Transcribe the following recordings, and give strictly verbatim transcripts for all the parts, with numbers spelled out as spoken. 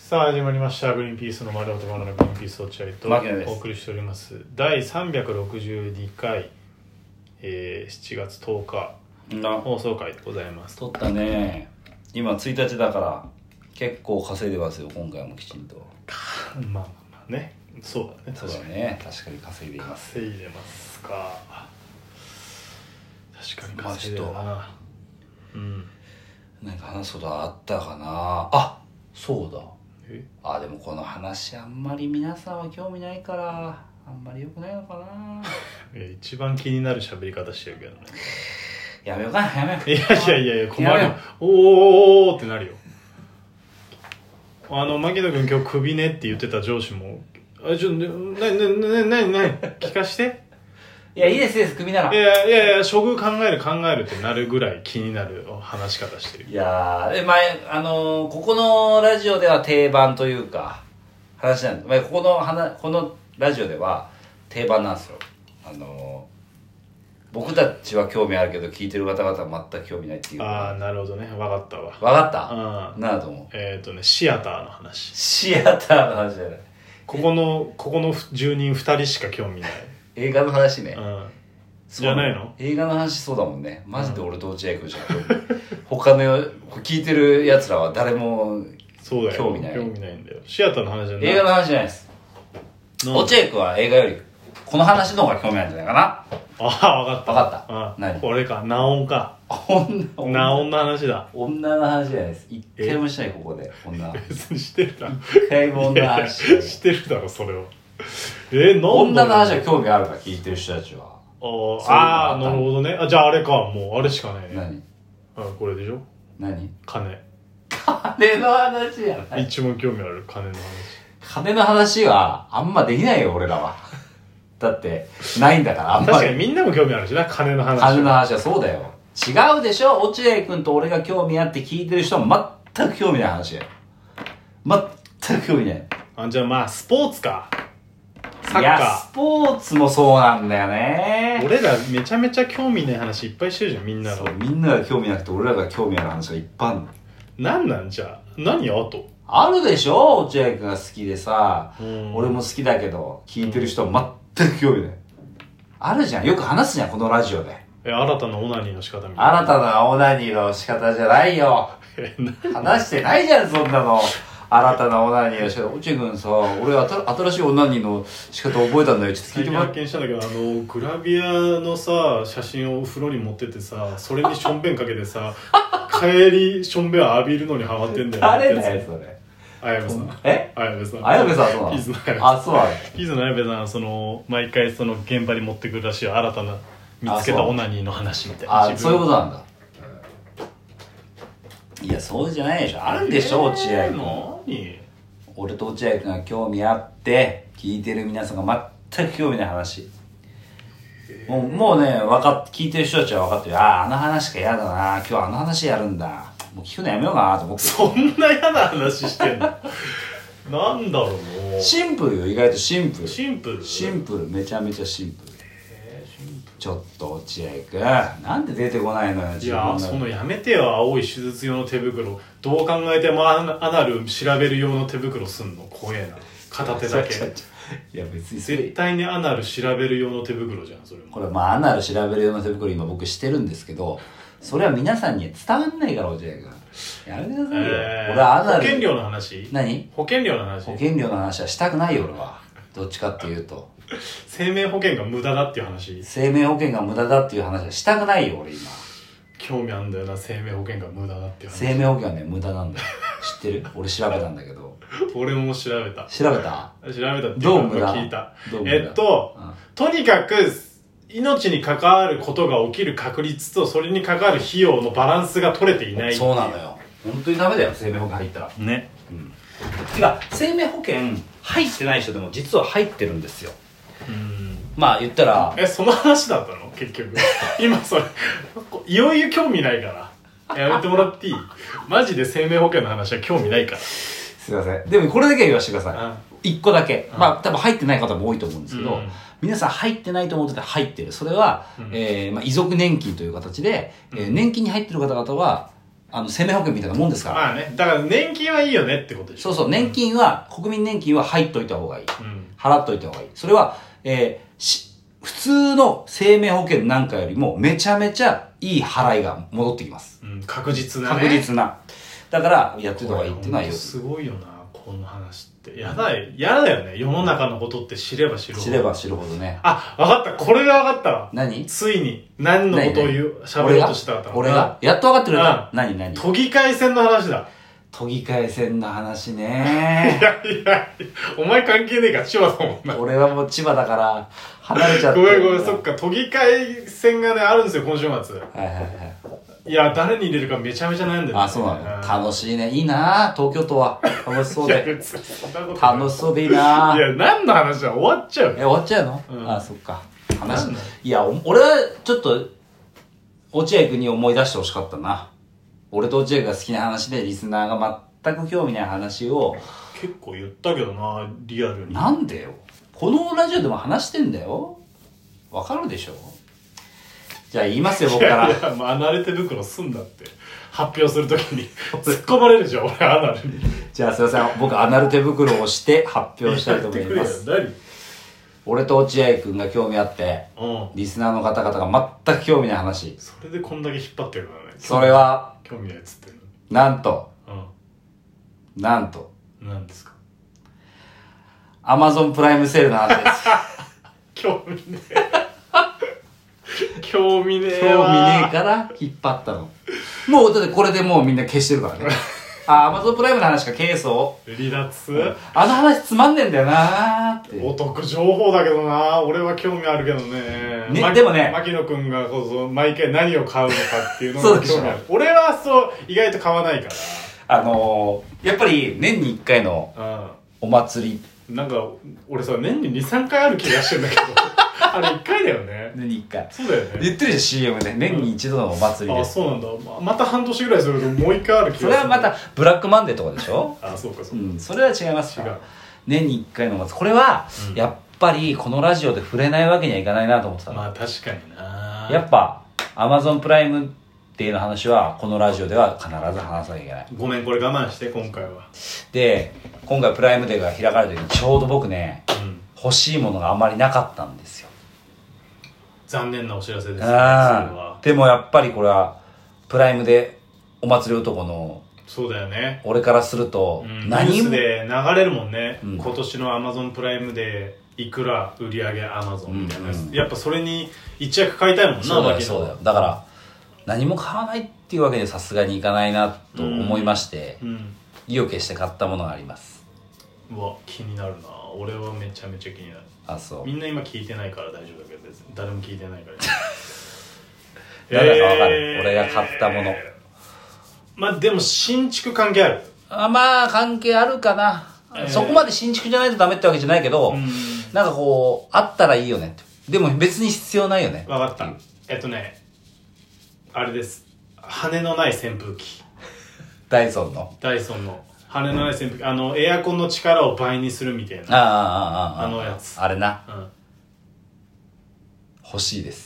さあ始まりましたグリーンピースの丸男のグリーンピース落合とお送りしておりますだいさんびゃくろくじゅうにかい、えー、しちがつとおか放送回でございます。 撮ったね。今ついたちだから結構稼いでますよ今回もきちんと。 まあまあまあね、そうだね、 そうだね、確かに稼いでいます。 稼いでますか。確かに稼いでるな、まあ、うん。 なんか話すことはあったかなあ。そうだ、 えあ、でもこの話あんまり皆さんは興味ないからあんまり良くないのかな一番気になる喋り方してるけどね。 やめようかやめよう。 いやいやいやいや困るよ。おーおーおーってなるよ。あの牧野君今日クビねって言ってた上司もあちょななななな聞かしていやいいですいいですクビなら。 いやいやいや処遇考える考えるってなるぐらい気になる話し方してる。 いやー前あのー、ここのラジオでは定番というか話なんで、ここの話このラジオでは定番なんですよ。あのー僕たちは興味あるけど聞いてる方々は全く興味ないっていう。 ああなるほどね、分かったわ。 分かった。 うん、 なると思う。 えっ、ー、とねシアターの話。 シアターの話じゃない。 ここのここの住人ふたりしか興味ない。 映画の話ね。 うん。じゃないの？ 映画の話そうだもんね。マジで俺と落合君じゃん。他の聞いてるやつらは誰もそうだよ興味ない。 興味ないんだよ。シアターの話じゃない。 映画の話じゃないです。落合君は映画よりこの話の方が興味あるんじゃないかな。 ああ分かった。 分かった。 あ何？ これかナオンか。 女ナオンの話だ。 女の話じゃないです。一回もしないここで女。 別にしてるな。 一回も女の話してるだろそれを。えなんだろう。 女の話は興味あるから聞いてる人たちは。 ああなるほどね。あじゃああれかもうあれしかないね。 何？ あこれでしょ。 何？ 金。 金の話やない。 一番興味ある金の話。 金の話はあんまできないよ俺らは。だってないんだからあんまり。 確かにみんなも興味あるしな金の話。 金の話はそうだよ。違うでしょ。落合君と俺が興味あって聞いてる人は全く興味ない話や。全く興味ない。 あじゃあまあスポーツか。サッカー。 いやスポーツもそうなんだよね。 俺らめちゃめちゃ興味ない話いっぱいしてるじゃんみんなの。 そうみんなが興味なくて俺らが興味ある話がいっぱいあるの。 なんなんじゃあ何あとあるでしょ。落合君が好きでさ、 うん俺も好きだけど聞いてる人は全く興味ない。あるじゃん。よく話すじゃんこのラジオで。 え新たなオナニーの仕方みたいな。 新たなオナニーの仕方じゃないよ。話してないじゃんそんなの。新たなオナニーの仕方。落合君さ、俺新しいオナニーの仕方覚えたんだよ。ちょっと聞いてもらって。 最近発見したんだけど、あのグラビアのさ写真をお風呂に持ってってさ、それにしょんべんかけてさ帰りしょんべん浴びるのにハマってんだよ。 誰だよそれ。 綾部さん。 え綾部さん。 綾部さんそうなの。 ピースの綾部さん。 あそうなの。 ピースの綾部さん、その毎回その現場に持ってくるらしいよ。新たな見つけたオナニーの話みたいな。 あそういうことなんだ。いやそうじゃないでしょ。あるんでしょ、落合君。 何？ 俺と落合君が興味あって聞いてる皆さんが全く興味ない話。もうもうね分かっ聞いてる人たちは分かってる。あああの話か嫌だな。今日はあの話やるんだ。もう聞くのやめようかなと思って。 そんな嫌な話してんの？なんだろうな。 シンプルよ。意外とシンプル。 シンプル。 シンプル。めちゃめちゃシンプル。 えー、シンプル。 ちょっと落合君なんで出てこないのよ。 いやそのやめてよ。青い手術用の手袋。どう考えてもアナル調べる用の手袋すんの怖えな。片手だけ。 いや別にそれ絶対にアナル調べる用の手袋じゃんそれも。 これまあアナル調べる用の手袋今僕してるんですけど、それは皆さんには伝わんないから落合君やめてくださいよ、えー、俺はアナル保険料の話。 何？ 保険料の話。 保険料の話はしたくないよ俺は。どっちかっていうと生命保険が無駄だっていう話。 生命保険が無駄だっていう話はしたくないよ俺今。 興味あんだよな生命保険が無駄だっていう話。 生命保険はね無駄なんだよ。知ってる？俺調べたんだけど。 俺も調べた。 調べた？ 調べたっていうどう無駄？ 聞いた。 どう無駄？ えっと、うん、とにかく命に関わることが起きる確率とそれに関わる費用のバランスが取れていない。 そうなのよ。本当にダメだよ生命保険入ったらね。 うん。てか生命保険入ってない人でも実は入ってるんですよ。うん。まあ言ったらえその話だったの結局。今それいよいよ興味ないからやめてもらっていい？マジで生命保険の話は興味ないから。 すいません。でもこれだけは言わせてください。一個だけ。まあ多分入ってない方も多いと思うんですけど、うん、皆さん入ってないと思ってて入ってる。それは、うん、えーまあ、遺族年金という形で、うん、えー、年金に入ってる方々はあの生命保険みたいなもんですから。 まあね、だから年金はいいよねってことでしょ。 そうそう、年金は、うん、国民年金は入っといた方がいい。うん、払っといた方がいい。それは、えー、し普通の生命保険なんかよりもめちゃめちゃいい払いが戻ってきます。 うん、確実なね。確実な。だから、やってた方がいいっていうのはよ。 すごいよな、この話って。やだい、やだよね。世の中のことって知れば知るほど。 知れば知るほどね。 あ、わかった。これがわかったわ。 何？ ついに。何のことを言う、喋ろうとしたかったの。 俺がやっとわかってくれた。何何？ 都議会選の話だ。 都議会選の話ね。 いやいや、お前関係ねえから千葉だもんな。 俺はもう千葉だから、離れちゃって。 ごめんごめん、そっか、都議会選がね、あるんですよ、今週末。はいはいはい。いや、誰に入れるかめちゃめちゃ悩んでる、ね。 あ、そうなの。楽しいね。いいな東京都は。楽しそうで。楽しそうでいいないや、何の話だ終わっちゃう。 え、終わっちゃうの、うん、あ、そっか。話。いや、俺はちょっと、落合君に思い出してほしかったな。俺と落合が好きな話でリスナーが全く興味ない話を結構言ったけどな、リアルに。 なんでよ、このラジオでも話してんだよ。わかるでしょ。じゃあ言いますよ、僕から。 いやいや、まあ、アナル手袋すんだって発表するときに突っ込まれるでしょ、俺アナルに。 じゃあすいません、僕アナル手袋をして発表したいと思います。何？俺と落合君が興味あって、うん、リスナーの方々が全く興味ない話。 それでこんだけ引っ張ってるからね。 それは興味ないっつってる。 なんと、うん、なんと、 なんですか。 アマゾンプライムセールの話です。 興味ねえ。興味ねえわ。興味ねえから引っ張ったの。もうだってこれでもうみんな消してるからね。あ、アマゾンプライムの話か、ケースを離脱、 うん、あの話つまんねえんだよなーって。 お得情報だけどな。俺は興味あるけどね。 ね、でもね、 牧野くんがこそ毎回何を買うのかっていうのが興味ある。俺はそう意外と買わないから。 あのー、やっぱり年にいっかいのお祭り、 うん、なんか俺さ年ににさんかいある気がしてるんだけど。あれいっかいだよね。 年にいっかい。 そうだよね。 言ってるじゃん シーエム で。年に一度のお祭りです。 あ、そうなんだ。ま、また半年ぐらいするともういっかいある気がする。 それはまたブラックマンデーとかでしょ。 あ、そうかそうか。 うん、それは違いますから。年にいっかいのお祭り。これは、うん、やっぱりこのラジオで触れないわけにはいかないなと思ってたの。 まあ確かにな。 やっぱ Amazon プライムデーの話はこのラジオでは必ず話さなきゃいけない。 ごめん、これ我慢して今回は。 で、今回プライムデーが開かれた時にちょうど僕ね、うん、欲しいものがあんまりなかったんですよ。 残念なお知らせですね。 でもやっぱりこれはプライムでお祭り男のそうだよね。 俺からすると、 うん、何もニュースで流れるもんね、うん、今年の Amazon プライムでいくら売り上げ Amazon みたいなやつ、うんうん、やっぱそれに一役買いたいもんな。 そうだよそうだよ。だから何も買わないっていうわけでさすがにいかないなと思いまして、うんうん、意を決して買ったものがあります。 うわ、気になるな。俺はめちゃめちゃ気になる。 あ、そう。 みんな今聞いてないから大丈夫だけど、別に誰も聞いてないから誰だか分かる、えー、俺が買ったもの。 まあでも新築関係ある。 あ、まあ関係あるかな、えー、そこまで新築じゃないとダメってわけじゃないけど、うん、なんかこうあったらいいよねって。でも別に必要ないよね。 分かった。えっとね、あれです、羽のない扇風機。 ダイソンのダイソンの羽のない扇風機、あのエアコンの力を倍にするみたいな。 ああああああのやつ。 あれな、 うん、 欲しいです。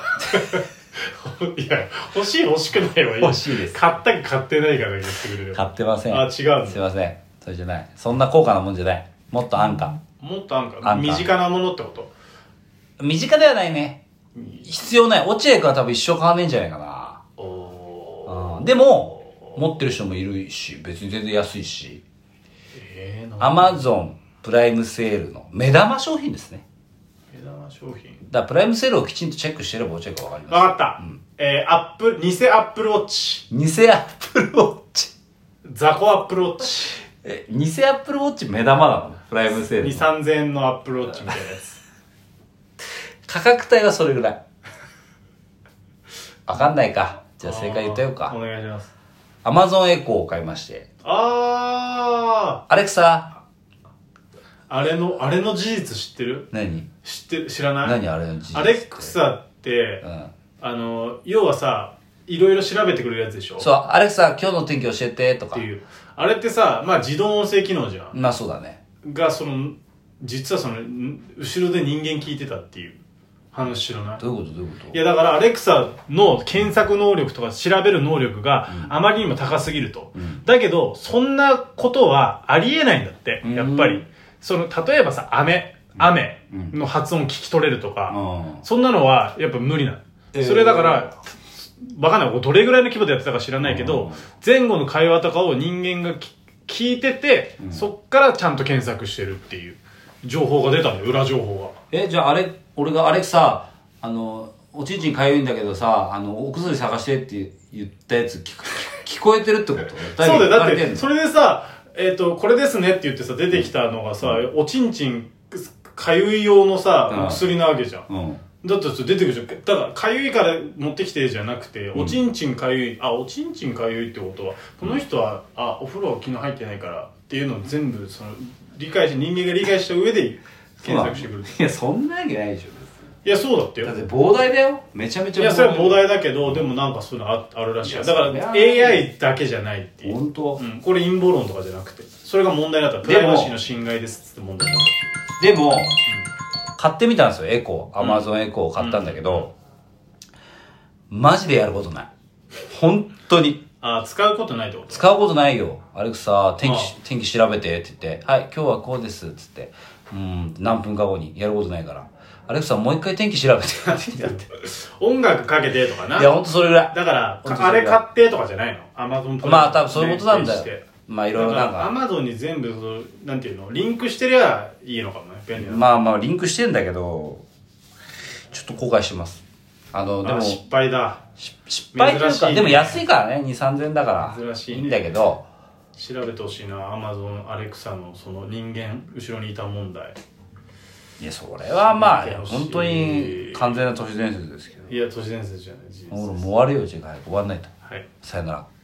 いや、欲しい欲しくないはいい。 欲しいです。 買ったか買ってないかだけ言ってくれる。 買ってません。 あ、違う。 すいません、それじゃない。そんな高価なもんじゃない。もっと安価。 もっと安価。身近なものってこと？ 身近ではないね。必要ない。落合君は多分一生買わねえんじゃないかな。おー。でも持ってる人もいるし、別に全然安いし。えー、Amazon プライムセールの目玉商品ですね。 目玉商品。 だからプライムセールをきちんとチェックしてれば落合君わかります。 わかった。うん、えー、アップル、偽アップルウォッチ。 偽アップルウォッチ。 雑魚アップルウォッチ。 え、偽アップルウォッチ目玉なの？プライムセール。 に、さんぜんえんのアップルウォッチみたいなやつ。 価格帯はそれぐらい。わかんないか。じゃあ正解言ったよか。 お願いします。 Amazon エコーを買いまして。 あー。 アレクサ。 あれの、あれの事実知ってる？ 何？ 知ってる？知らない？ 何あれの事実？ アレクサって、うん、あの、要はさ、いろいろ調べてくれるやつでしょ？ そう、アレクサ今日の天気教えてとか。 っていう。あれってさ、まあ自動音声機能じゃん。 まあそうだね。 が、その、実はその、後ろで人間聞いてたっていう。 話知らない？ どういうことどういうこと？ いやだからアレクサの検索能力とか調べる能力があまりにも高すぎると、うん、だけどそんなことはありえないんだって、やっぱりその例えばさ雨雨の発音聞き取れるとか、うん、そんなのはやっぱ無理なの、えー、それだからわかんないどれぐらいの規模でやってたか知らないけど、うん、前後の会話とかを人間が聞いてて、うん、そっからちゃんと検索してるっていう情報が出たんだよ、裏情報が。 えじゃああれ俺がアレクサあのおちんちんかゆいんだけどさあのお薬探してって言ったやつ聞, 聞こえてるってこと？ そうだよ、だってそれでさ、えーと、これですねって言ってさ出てきたのがさ、うん、おちんちんかゆい用のさ、うん、薬なわけじゃん、うん、だって出てくるじゃん。だからかゆいから持ってきてじゃなくて、うん、おちんちんかゆい、あおちんちんかゆいってことはこの人は、うん、あお風呂は昨日入ってないからっていうのを全部その理解し人間が理解した上で検索してくる。 いやそんなわけないでしょ。 いやそうだってよ。 だって膨大だよ、めちゃめちゃ膨大。 いやそれは膨大だけど、でもなんかそういうの あ, あるらしい。だから エーアイ だけじゃないっていう。 本当、 うん、これ陰謀論とかじゃなくて、それが問題だったらプライバシーの侵害ですって問題だった。でも、うん、買ってみたんですよ、エコー、アマゾンエコーを買ったんだけど、うん、マジでやることない。本当に。 あ、使うことないってこと？ 使うことないよ。アレクサ、天気、天気調べてって言って、はい、今日はこうですっつって、うん、何分か後にやることないから。アレクサ、もう一回天気調べてってって。 音楽かけてとかな。 いや、ほんとそれぐらい。 だから、あれ買ってとかじゃないの？アマゾンプライム。 まあ、多分そういうことなんだよ。まあ、いろいろなんか。 アマゾンに全部、その、なんていうの、リンクしてりゃいいのかもね、便利な。 まあまあ、リンクしてんだけど、ちょっと後悔してます。あの、でも。 失敗だ。 失敗というか、ね、でも安いからね、に、さんぜんえんだから。 珍しい、ね。 いいんだけど。 調べてほしいな、アマゾン、アレクサのその人間、後ろにいた問題。 いや、それはまあ、本当に完全な都市伝説ですけど。 いや、都市伝説じゃない。 もう終わるよ、時間。終わんないと。 はい。 さよなら。